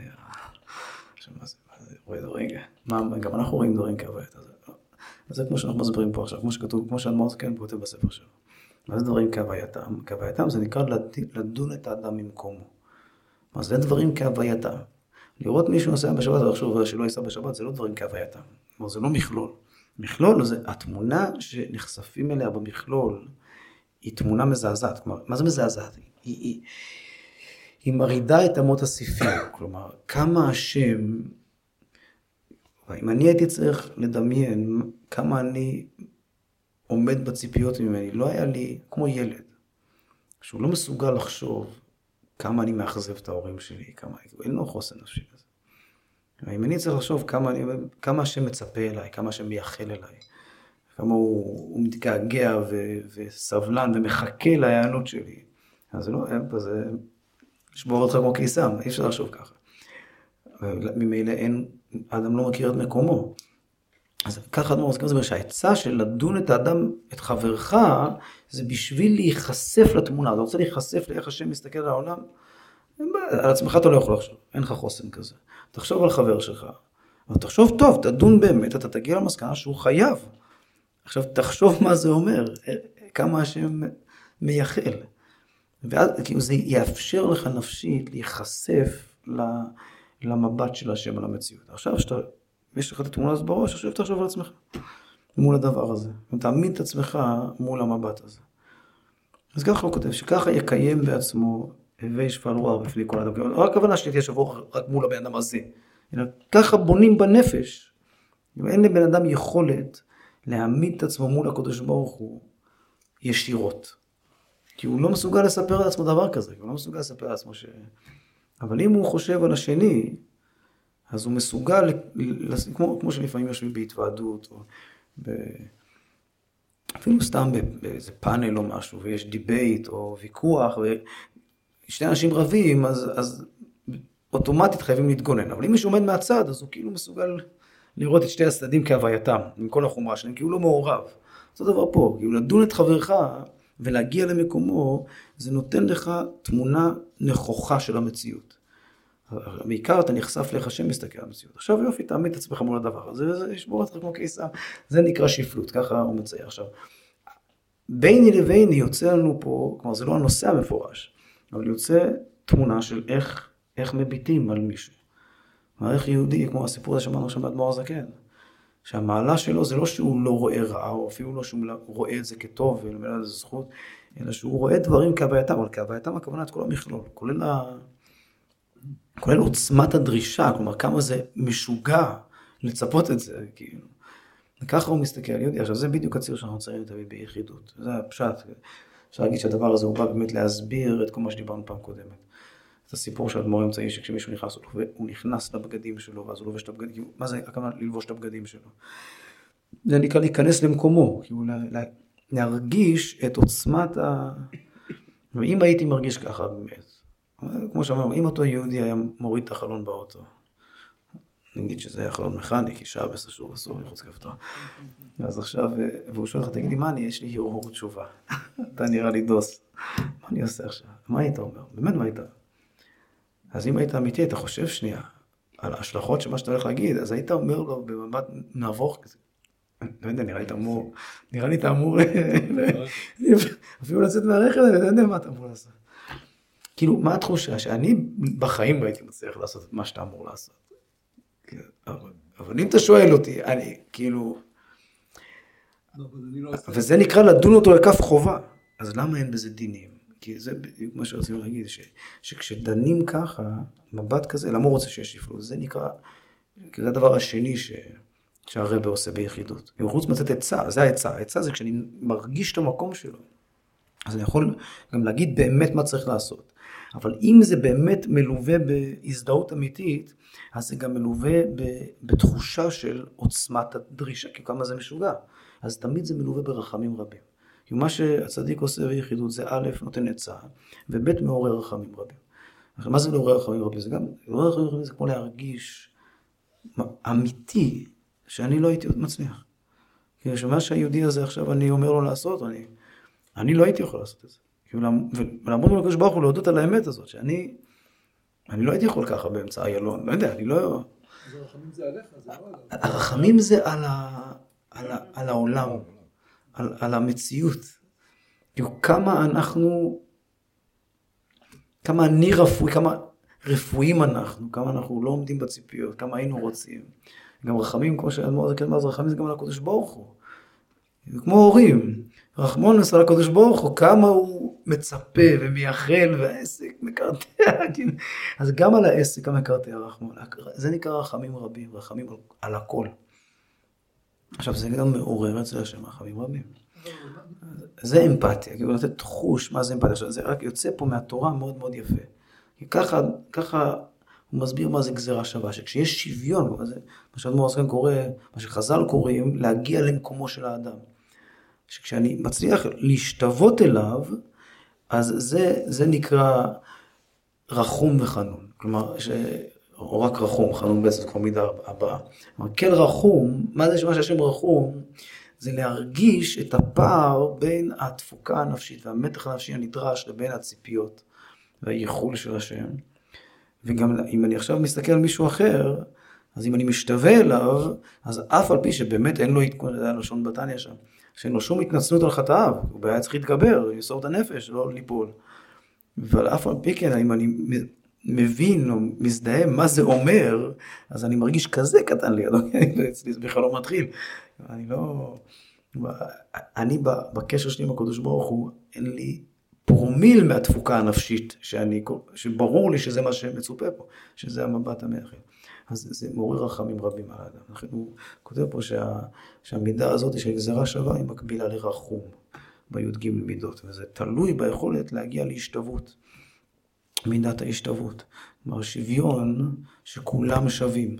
רואה דברים, גם אנחנו רואים דברים כהווייתם. זה כמו שאנחנו מסברים פה עכשיו, כמו שכתוב, כמו שאדמו"ר כן כותב בספר שלו. מה זה דברים כהווייתם? כהווייתם זה נקרא לדון את האדם ממקומו. מה זה דברים כהווייתם? לראות מישהו נוסע בשבת ולחשוב שלא ייסע בשבת, זה לא דברים כהווייתם. כלומר, זה לא מכלול. מכלול זה התמונה שנחשפים אליה במכלול, היא תמונה מזעזעת. כלומר, מה זה מזעזעת? היא מרידה את אמות הסיפים. כלומר, כמה השם, אם אני הייתי צריך לדמיין כמה אני עומד בציפיות ממני, לא היה לי כמו ילד, שהוא לא מסוגל לחשוב כמה אני מאכזב את ההורים שלי, אין לו חוסן נפשי לזה. אם אני צריך לחשוב כמה השם מצפה אליי, כמה השם מייחל אליי, כמה הוא מתגעגע וסבלן ומחכה להיענות שלי, אז זה לא, זה לשבור אותך כמו קיסם, אי אפשר לחשוב ככה. ממילא האדם לא מכיר את מקומו. אז ככה אדמו"ר הזקן אומר שהעצה של לדון את האדם, את חברך, זה בשביל להיחשף לתמונה. אתה רוצה להיחשף לאיך השם מסתכל על העולם? על עצמך אתה לא יכול לחשוב, אין לך חוסן כזה. תחשוב על חבר שלך, אבל תחשוב טוב, תדון באמת, אתה תגיע למסקנה שהוא חייב. עכשיו תחשוב מה זה אומר, כמה השם מייחל. ואז כאילו זה יאפשר לך נפשית להיחשף למבט של השם על המציאות. עכשיו שאתה, יש לך את התמונה הזאת בראש, עכשיו תחשוב על עצמך מול הדבר הזה. ותעמיד את עצמך מול המבט הזה. אז ככה הוא כותב, שככה יקיים בעצמו הווי שפל רוח בפני כל אדם. לא הכוונה שתהיה שבוע רק מול הבן אדם הזה. אלא ככה בונים בנפש. ואין לבן אדם יכולת להעמיד את עצמו מול הקדוש ברוך הוא ישירות. כי הוא לא מסוגל לספר על עצמו דבר כזה. הוא לא מסוגל לספר על עצמו אבל אם הוא חושב על השני, אז הוא מסוגל, כמו שלפעמים יושבים בהתוועדות, או אפילו סתם באיזה פאנל או משהו, ויש דיבייט או ויכוח, ושני אנשים רבים, אז אוטומטית חייבים להתגונן. אבל אם מישהו עומד מהצד, אז הוא כאילו מסוגל לראות את שתי הצדדים כהווייתם, עם כל החומרה שלהם, כי הוא לא מעורב. זה דבר פה, כאילו לדון את חברך ולהגיע למקומו, זה נותן לך תמונה נכוחה של המציאות. בעיקר אתה נחשף לך שם מסתכל על המציאות. עכשיו יופי, תעמיד את עצמך מול הדבר הזה, זה ישבור אותך כמו קיסם. זה נקרא שפלות, ככה הוא מצייר. עכשיו, ביני לביני יוצא לנו פה, כלומר זה לא הנושא המפורש, אבל יוצא תמונה של איך מביטים על מישהו. מערך יהודי, כמו הסיפור הזה שמענו שם באדמו"ר הזקן, שהמעלה שלו זה לא שהוא לא רואה רע, או אפילו לא שהוא רואה את זה כטוב, ולמעלה זה זכות, אלא שהוא רואה דברים כהווייתם, אבל כהווייתם הכוונה את כל המכלול, כולל עוצמת הדרישה, כלומר כמה זה משוגע לצפות את זה, כאילו. וככה הוא מסתכל על יהודי. עכשיו זה בדיוק הציר שאנחנו צריכים תמיד ביחידות. זה הפשט. אפשר להגיד שהדבר הזה הוא בא באמת להסביר את כל מה שדיברנו פעם קודמת. את הסיפור של אדמו"ר אמצעי שכשמישהו נכנס, הוא נכנס לבגדים שלו, ואז הוא לובש את הבגדים. מה זה הכוונה ללבוש את הבגדים שלו? זה נקרא להיכנס למקומו, כאילו להרגיש את עוצמת ואם הייתי מרגיש ככה באמת, כמו שאמרנו, אם אותו יהודי היה מוריד את החלון באוטו, נגיד שזה היה חלון מכני, כי שעה בסשור בסור מחוץ כפתור. אז עכשיו, והוא שואל לך, תגידי, מה אני, יש לי הרהור תשובה. אתה נראה לי דוס. מה אני עושה עכשיו? מה היית אומר? באמת מה היית? אז אם היית אמיתי, אתה חושב שנייה על ההשלכות שמה שאתה הולך להגיד, אז היית אומר לו במבט נעבור כזה. לא יודע, נראה לי אתה אמור אפילו לצאת מהרכב, אני לא יודע מה אתה אמור לעשות. כאילו, מה התחושה? שאני בחיים הייתי מצליח לעשות את מה שאתה אמור לעשות. אבל אם אתה שואל אותי, אני כאילו... וזה נקרא לדון אותו לכף חובה. אז למה אין בזה דינים? כי זה בדיוק מה שרצינו להגיד, שכשדנים ככה, מבט כזה, למה הוא רוצה שיש שפלות? זה נקרא, כי זה הדבר השני שהרבא עושה ביחידות. אם חוץ מצאת עצה, זה העצה. העצה זה כשאני מרגיש את המקום שלו. אז אני יכול גם להגיד באמת מה צריך לעשות. אבל אם זה באמת מלווה בהזדהות אמיתית, אז זה גם מלווה בתחושה של עוצמת הדרישה, כי כמה זה משוגע. אז תמיד זה מלווה ברחמים רבים. כי מה שהצדיק עושה ביחידות זה א', נותן עצה, וב' מעורר רחמים רבים. עכשיו, מה זה לעורר רחמים רבים? זה גם, לעורר רחמים רבים זה כמו להרגיש אמיתי, שאני לא הייתי עוד מצליח. כי שמה שהיהודי הזה עכשיו אני אומר לו לעשות, אני לא הייתי יכול לעשות את זה. ולעמוד מול הקדוש ברוך הוא להודות על האמת הזאת, שאני לא הייתי יכול ככה באמצע איילון, לא יודע, אני לא... אז הרחמים זה עליך, זה לא עליו. הרחמים זה על העולם, על המציאות. כאילו כמה אני רפואי, כמה רפואיים אנחנו, כמה אנחנו לא עומדים בציפיות, כמה היינו רוצים. גם רחמים, כמו שאדמו"ר הזקן אמר, רחמים זה גם על הקדוש ברוך הוא. כמו הורים, רחמונס על הקדוש ברוך הוא, כמה הוא מצפה ומייחל, והעסק מקרטע, אז גם על העסק המקרטע רחמון, זה נקרא רחמים רבים, רחמים על הכל. עכשיו זה גם מעורר אצל השם רחמים רבים. זה אמפתיה, כאילו לתת חוש מה זה אמפתיה. זה רק יוצא פה מהתורה מאוד מאוד יפה. כי ככה הוא מסביר מה זה גזירה שווה, שכשיש שוויון, מה שאדמו"ר הזקן קורא, מה שחז"ל קוראים, להגיע למקומו של האדם. שכשאני מצליח להשתוות אליו, אז זה נקרא רחום וחנון. כלומר, או רק רחום, חנון בעצם זה כבר מידה הבאה. כלומר, כן רחום, מה זה שהשם רחום? זה להרגיש את הפער בין התפוקה הנפשית והמתח הנפשי הנדרש לבין הציפיות והייחול של השם. וגם אם אני עכשיו מסתכל על מישהו אחר, אז אם אני משתווה אליו, אז אף על פי שבאמת אין לו עדכון, זה היה לשון בתניא שם, שאין לו שום התנצלות על חטאיו, הוא היה צריך להתגבר, יסור את הנפש, לא ליפול. אבל אף על פי כן, אם אני מבין או מזדהה מה זה אומר, אז אני מרגיש כזה קטן לי, אצלי זה בכלל לא מתחיל. אני בקשר שלי עם הקדוש ברוך הוא, אין לי פרומיל מהתפוקה הנפשית, שברור לי שזה מה שמצופה פה, שזה המבט המאחד. אז זה מעורר רחמים רבים על האדם. לכן הוא כותב פה שהמידה הזאת של גזירה שווה היא מקבילה לרחום בי"ג מידות, וזה תלוי ביכולת להגיע להשתוות, מידת ההשתוות. כלומר, שוויון שכולם שווים.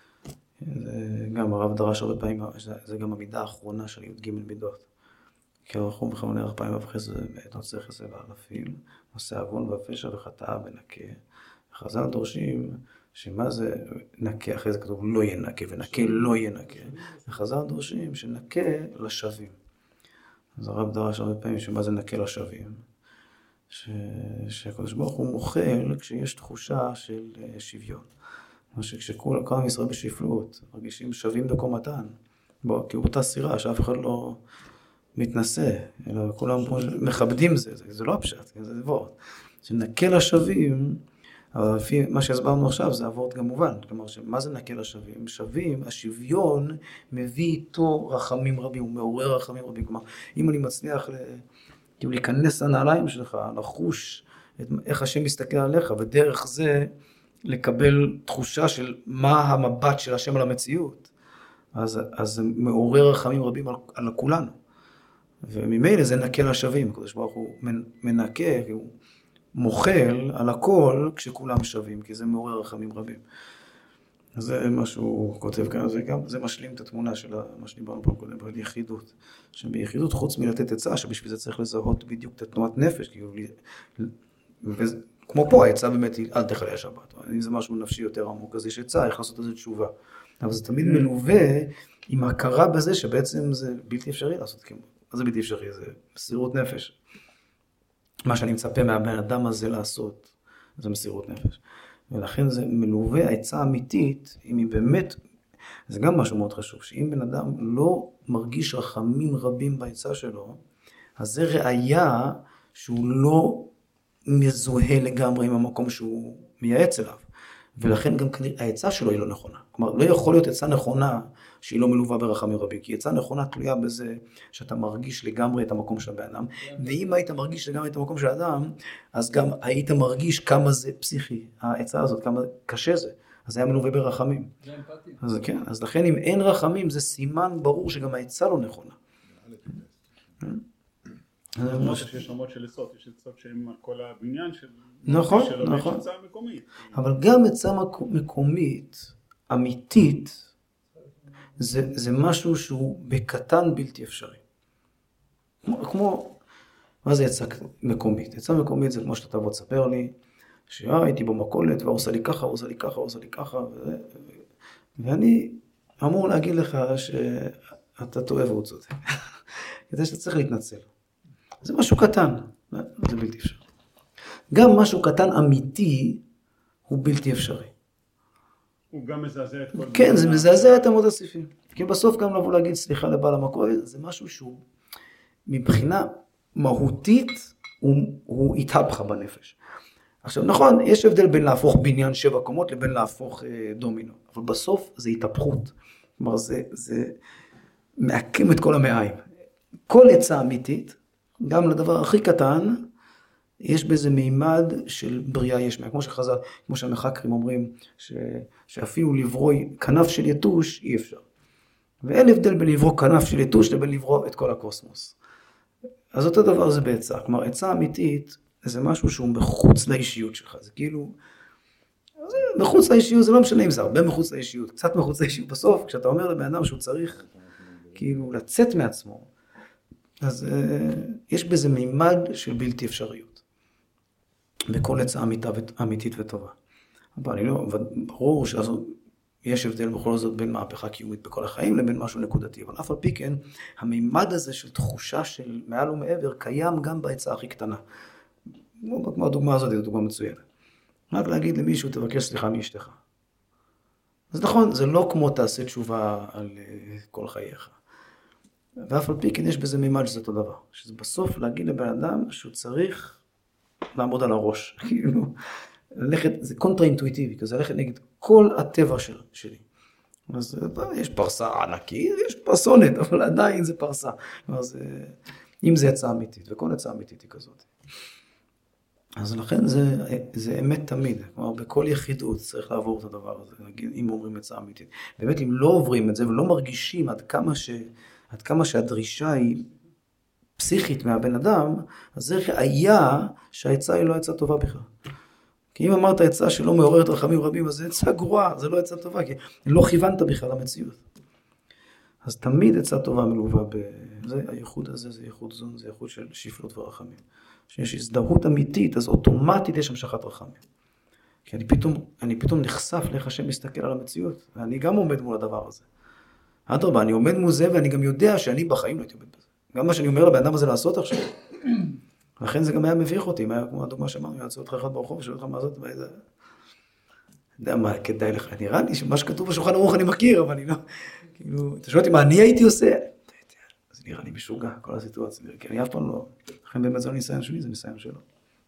גם הרב דרש הרבה פעמים, זה גם המידה האחרונה של י"ג מידות. כי הרחום וחנון ערך פעמים וחסד נוצר חסד ואלפים, עושה עוון והפשע וחטאה ונקה. חז"ל דורשים שמה זה נקה, אחרי זה כתוב לא ינקה, ונקה לא ינקה. וחז"ל דורשים שנקה לשווים. אז הרב דרש הרבה פעמים שמה זה נקה לשווים. שהקדוש ברוך הוא מוחל כשיש תחושה של שוויון. כשכל עם ישראל בשפלות, מרגישים שווים בקומתן. כי הוא באותה סירה שאף אחד לא מתנשא, אלא כולם מכבדים זה לא הפשט, זה דבר. שנקה לשווים, אבל לפי מה שהסברנו עכשיו זה עבוד גם מובן. כלומר, מה זה נקה לשווים? שווים, השוויון מביא איתו רחמים רבים, הוא מעורר רחמים רבים. כלומר, אם אני מצליח להיכנס לנעליים שלך, לחוש איך השם מסתכל עליך, ודרך זה לקבל תחושה של מה המבט של השם על המציאות, אז זה מעורר רחמים רבים על כולנו. וממילא זה נקה לשווים. הקדוש ברוך הוא מנקה, הוא מוחל על הכל כשכולם שווים, כי זה מעורר רחמים רבים. אז זה מה שהוא כותב כאן, זה משלים את התמונה של מה שדיברנו פה קודם, על יחידות. שביחידות חוץ מלתת עצה, שבשביל זה צריך לזהות בדיוק את התנועת נפש, כאילו, כמו פה העצה באמת היא, אל תחלל שבת. אם זה משהו נפשי יותר עמוק, אז יש עצה, איך לעשות איזו תשובה. אבל זה תמיד מלווה עם הכרה בזה שבעצם זה בלתי אפשרי לעשות כמו. מה זה בלתי אפשרי? זה מסירות נפש. מה שאני מצפה מהבן אדם הזה לעשות, זה מסירות נפש. ולכן זה מלווה העצה אמיתית, אם היא באמת, זה גם משהו מאוד חשוב, שאם בן אדם לא מרגיש רחמים רבים בעצה שלו, אז זה ראיה שהוא לא מזוהה לגמרי עם המקום שהוא מייעץ אליו. ולכן גם העצה שלו היא לא נכונה. כלומר, לא יכול להיות עצה נכונה שהיא לא מלווה ברחמים רבים, כי עצה נכונה תלויה בזה שאתה מרגיש לגמרי את המקום של האדם, ואם היית מרגיש לגמרי את המקום של האדם, אז גם היית מרגיש כמה זה פסיכי, העצה הזאת, כמה קשה זה, אז זה היה מלווה ברחמים. זה אמפתיה. אז כן, אז לכן אם אין רחמים, זה סימן ברור שגם העצה לא נכונה. למרות שיש רמות של עצות, יש עצות שהן כל הבניין של... נכון, נכון. יש נכון. עצה מקומית. אבל גם עצה מקומית, אמיתית, זה משהו שהוא בקטן בלתי אפשרי. כמו, מה זה עצה מקומית? עצה מקומית זה כמו שאתה תבוא תספר לי, שהייתי במכולת ועושה לי ככה, עושה לי ככה, עושה לי ככה, ואני אמור להגיד לך שאתה טועה והוא צודק. כדי שאתה צריך להתנצל. זה משהו קטן, זה בלתי אפשרי. גם משהו קטן אמיתי הוא בלתי אפשרי. הוא גם מזעזע את כל... כן, זה מזעזע את אמות הסיפים. כי בסוף גם לבוא להגיד סליחה לבעל המכולת, זה משהו שהוא מבחינה מהותית, הוא התהפך בנפש. עכשיו נכון, יש הבדל בין להפוך בניין 7 קומות לבין להפוך דומינו, אבל בסוף זה התהפכות. כלומר, זה מעקם את כל המעיים. כל עצה אמיתית, גם לדבר הכי קטן, יש בזה מימד של בריאה יש מאין. כמו שחז"ל, כמו שהמחקרים אומרים, שאפילו לברוא כנף של יתוש אי אפשר. ואין הבדל בין לברוא כנף של יתוש לבין לברוא את כל הקוסמוס. אז אותו דבר זה בעצה. כלומר, עצה אמיתית זה משהו שהוא מחוץ לאישיות שלך. זה כאילו, מחוץ לאישיות, זה לא משנה אם זה הרבה מחוץ לאישיות, קצת מחוץ לאישיות. בסוף, כשאתה אומר לבן אדם שהוא צריך כאילו לצאת מעצמו, אז יש בזה מימד של בלתי אפשריות. בכל עצה אמיתית וטובה. אבל אני לא, ברור שיש הבדל בכל זאת בין מהפכה קיומית בכל החיים לבין משהו נקודתי. אבל אף על פי כן, המימד הזה של תחושה של מעל ומעבר קיים גם בעצה הכי קטנה. כמו הדוגמה הזאת, זו דוגמה מצוינת. רק להגיד למישהו, תבקש סליחה מאשתך. אז נכון, זה לא כמו תעשה תשובה על כל חייך. ואף על פי כן יש בזה מימד שזה אותו דבר. שזה בסוף להגיד לבן אדם שהוא צריך לעמוד על הראש. כאילו, ללכת, זה קונטרה-אינטואיטיבי, כזה ללכת נגד כל הטבע שלי. אז יש פרסה ענקית, יש פרסונת, אבל עדיין זה פרסה. אז אם זה עצה אמיתית, וכל עצה אמיתית היא כזאת. אז לכן זה אמת תמיד. כלומר, בכל יחידות צריך לעבור את הדבר הזה, נגיד, אם אומרים עצה אמיתית. באמת, אם לא עוברים את זה ולא מרגישים עד כמה שהדרישה היא פסיכית מהבן אדם, אז זה היה שהעצה היא לא עצה טובה בכלל. כי אם אמרת עצה שלא מעוררת רחמים רבים, אז זה עצה גרועה, זה לא עצה טובה, כי לא כיוונת בכלל למציאות. אז תמיד עצה טובה מלווה זה הייחוד הזה, זה ייחוד זון, זה ייחוד של שפלות ורחמים. שיש הזדהות אמיתית, אז אוטומטית יש המשכת רחמים. כי אני פתאום נחשף לאיך השם מסתכל על המציאות, ואני גם עומד מול הדבר הזה. אדרבה, אני עומד מול זה, ואני גם יודע שאני בחיים לא הייתי עומד בזה. גם מה שאני אומר לבן אדם הזה לעשות עכשיו. לכן זה גם היה מביך אותי, מה היה כמו הדוגמה שאמרנו, יעצו אותך אחד ברחוב, ושואל אותך מה זאת, אני יודע מה, כדאי לך, נראה לי שמה שכתוב בשולחן ערוך אני מכיר, אבל אני לא, כאילו, אתה שואל אותי מה אני הייתי עושה? זה נראה לי משוגע, כל הסיטואציה, כי אני אף פעם לא, לכן באמת זה לא ניסיון שלי, זה ניסיון שלו.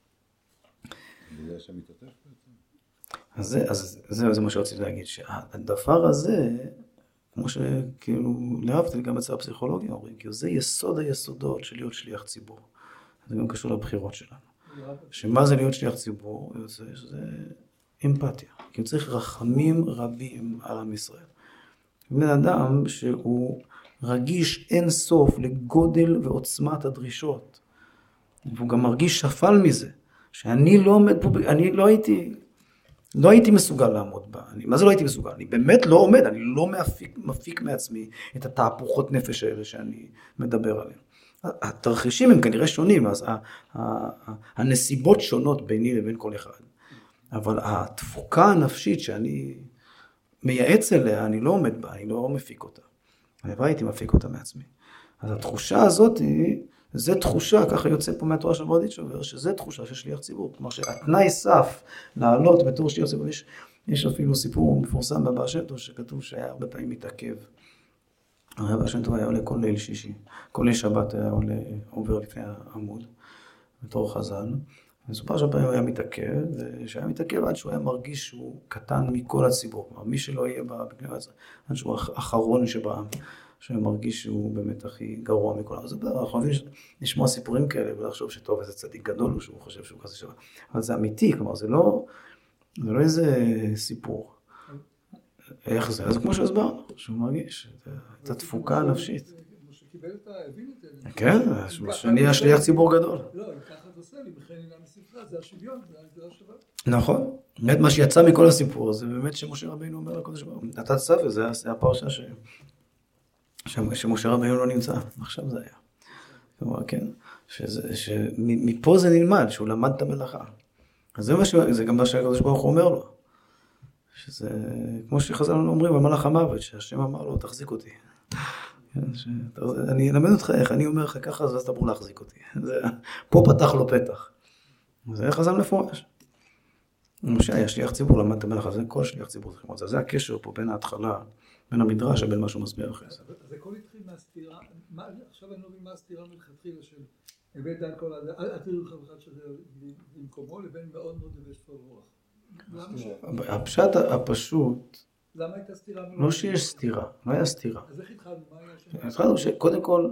זה שם מתעטף בעצם? אז זה מה שרציתי להגיד, שהדבר הזה, כמו שכאילו להבדיל גם אצל הפסיכולוגיה אומרים, כי זה יסוד היסודות של להיות שליח ציבור. זה גם קשור לבחירות שלנו. שמה זה להיות שליח ציבור? זה אמפתיה. כי הוא צריך רחמים רבים על עם ישראל. בן אדם שהוא רגיש אין סוף לגודל ועוצמת הדרישות. והוא גם מרגיש שפל מזה. שאני לא עומד פה, אני לא הייתי מסוגל לעמוד בה. מה זה לא הייתי מסוגל? אני באמת לא עומד, אני לא מפיק מעצמי את התהפוכות נפש האלה שאני מדבר עליהן. התרחישים הם כנראה שונים, אז הנסיבות שונות ביני לבין כל אחד. אבל התפוקה הנפשית שאני מייעץ אליה, אני לא עומד בה, אני לא מפיק אותה. אני לא הייתי מפיק אותה מעצמי. אז התחושה הזאת זה תחושה, ככה יוצא פה מהתורה של ברדיצ'ובר, שזה תחושה של שליח ציבור. כלומר שהתנאי סף לעלות בתור שליח ציבור, יש אפילו סיפור מפורסם בבעל שם טוב, שכתוב שהיה הרבה פעמים מתעכב. הרי הבעל שם טוב היה עולה כל ליל שישי, כל ליל שבת היה עובר לפני העמוד, בתור חזן. מסופר שהפעמים היה מתעכב, ושהיה מתעכב עד שהוא היה מרגיש שהוא קטן מכל הציבור. כלומר, מי שלא יהיה בגלל הזה, עד שהוא האחרון שבעם. שמרגיש שהוא באמת הכי גרוע מכל. אז אנחנו אוהבים לשמוע סיפורים כאלה ולחשוב שטוב, איזה צדיק גדול הוא שהוא חושב שהוא כזה שווה. אבל זה אמיתי, כלומר, זה לא איזה סיפור. איך זה? אז כמו שהסברנו, שהוא מרגיש את התפוקה הנפשית. שקיבל את הבין את זה. כן, שאני השליח ציבור גדול. לא, אם ככה אתה עושה לי, בכן אינה מספרה, זה השוויון, זה השווה. נכון. באמת מה שיצא מכל הסיפור, זה באמת שמשה רבינו אומר לקודש ברוך הוא. נתת ספר, זה הפרשה שמשה רבינו לא נמצא, עכשיו זה היה. כלומר, כן, שמפה זה נלמד, שהוא למד את המלאכה. אז זה גם מה שהקדוש ברוך הוא אומר לו. שזה, כמו שחז"ל אומרים, על מלאך המוות, שהשם אמר לו, תחזיק אותי. אני אלמד אותך איך, אני אומר לך ככה, אז אתה אמור להחזיק אותי. פה פתח לו פתח. זה חז"ל מפורש. משה היה שליח ציבור, למד את המלאכה, זה כל שליח ציבור. זה הקשר פה בין ההתחלה, בין המדרש, בין מה שהוא מסביר אחרי זה. אז הכל התחיל מהסתירה, עכשיו אני לא מבין מה הסתירה מלכתחילה של הבאת על כל הזה, אל תראו לך אחד שזה במקומו, לבין מאוד מאוד לבש פה רוח. הפשט הפשוט, למה הייתה סתירה? לא שיש סתירה, לא היה סתירה. אז איך התחלנו? מה היה שם? התחלנו שקודם כל,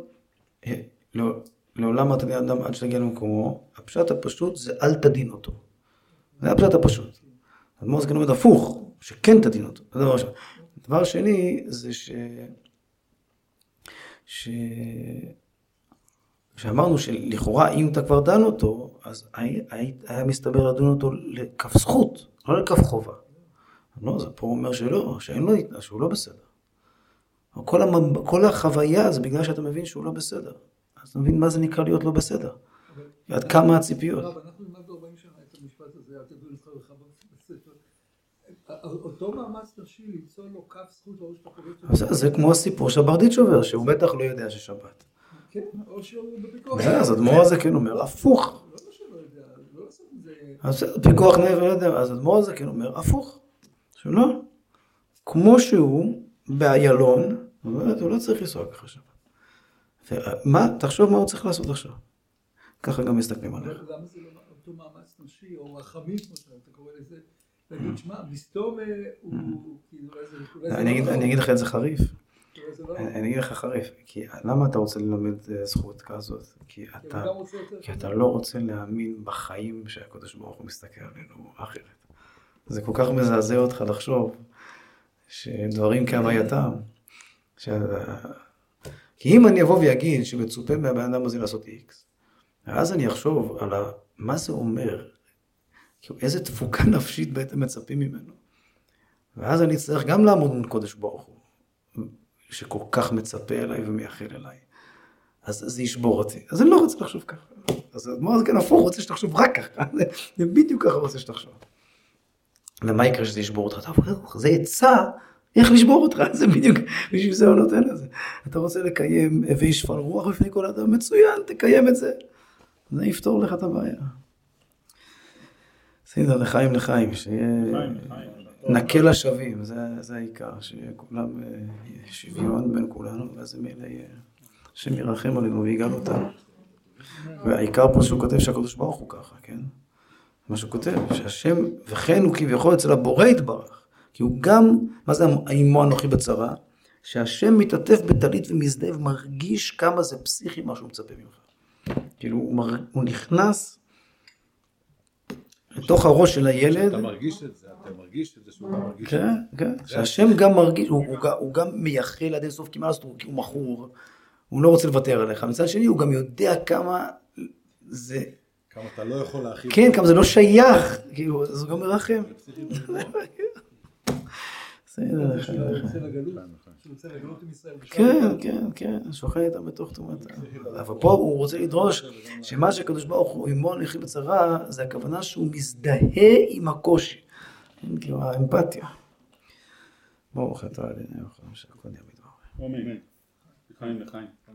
לעולם תדין אדם עד שתגיע למקומו, הפשט הפשוט זה אל תדין אותו. זה הפשט הפשוט. אדמו"ר זקן אומר הפוך, שכן תדין אותו. זה דבר ראשון. דבר שני זה שאמרנו שלכאורה אם אתה כבר דן אותו, אז היה מסתבר לדון אותו לכף זכות, לא לכף חובה. לא, זה פה אומר שלא, שאין לו התנאה, שהוא לא בסדר. כל החוויה זה בגלל שאתה מבין שהוא לא בסדר. אז אתה מבין מה זה נקרא להיות לא בסדר. עד כמה הציפיות. אנחנו למדנו 40 שנה את המשפט הזה, אל תדעו לך בספר. אותו מאמץ נפשי למצוא לו כף זכות או שאתה זה כמו הסיפור של ברדיצ'ובר, שהוא בטח לא יודע ששבת. כן, או שהוא בפיקוח. אז אדמו"ר הזה כן אומר, הפוך. לא שלא יודע, לא לעשות את זה. אז פיקוח נפש לא יודע, אז אדמו"ר הזה כן אומר, הפוך. שלא. כמו שהוא באיילון, הוא לא צריך לנסוע ככה שבת. תחשוב מה הוא צריך לעשות עכשיו. ככה גם מסתכלים עליך. למה זה לא אותו מאמץ נפשי, או רחמים, כמו שאתה קורא לזה, להגיד, שמע, מסתום הוא כאילו... אני אגיד לך את זה חריף. אני אגיד לך חריף, כי למה אתה רוצה ללמד זכות כזאת? כי אתה לא רוצה להאמין בחיים שהקדוש ברוך הוא מסתכל עלינו אחרת. זה כל כך מזעזע אותך לחשוב שדברים כהווייתם. כי אם אני אבוא ויגיד שמצופה מהבן אדם הזה לעשות איקס, אז אני אחשוב על מה זה אומר, איזה תפוקה נפשית בעצם מצפים ממנו. ואז אני אצטרך גם לעמוד מול קודש ברוך הוא, שכל כך מצפה אליי ומייחל אליי. אז זה ישבור אותי. אז אני לא רוצה לחשוב ככה. אז מה זה כן הפוך, רוצה שתחשוב רק ככה. זה בדיוק ככה רוצה שתחשוב. ומה יקרה שזה ישבור אותך? זה עצה איך לשבור אותך. זה בדיוק, בשביל זה הוא נותן לזה. אתה רוצה לקיים וישפל רוח בפני כל אדם, מצוין, תקיים את זה. זה יפתור לך את הבעיה. בסדר, לחיים, שיהיה נקל השווים, זה העיקר, שיהיה כולם שוויון בין כולנו, ואז מילא יהיה השם ירחם עלינו ויגאל אותנו. והעיקר פה שהוא כותב שהקדוש ברוך הוא ככה, כן? מה שהוא כותב, שהשם וכן הוא כביכול אצל הבורא יתברך, כי הוא גם, מה זה עמו אנוכי בצרה? שהשם מתעטף בטלית ומזדהה ומרגיש כמה זה פסיכי מה שהוא מצפה ממך. כאילו הוא נכנס לתוך הראש של הילד. אתה מרגיש את זה, אתה מרגיש את זה שהוא גם מרגיש את זה. כן, כן, שהשם גם מרגיש, הוא גם מייחל עד אינסוף, כי מה לעשות, כי הוא מכור, הוא לא רוצה לוותר עליך. מצד שני, הוא גם יודע כמה זה... כמה אתה לא יכול להכיל. כן, כמה זה לא שייך, כאילו, אז הוא גם מרחם. בסדר, רוצה לגלות עם ישראל. כן, שוכן איתם בתוך תומתה. אבל פה הוא רוצה לדרוש שמה שהקדוש ברוך הוא עמו אנוכי בצרה, זה הכוונה שהוא מזדהה עם הקושי. כאילו, האמפתיה. ברוך אתה עלינו, שהכל יעמיד. אמן. לחיים.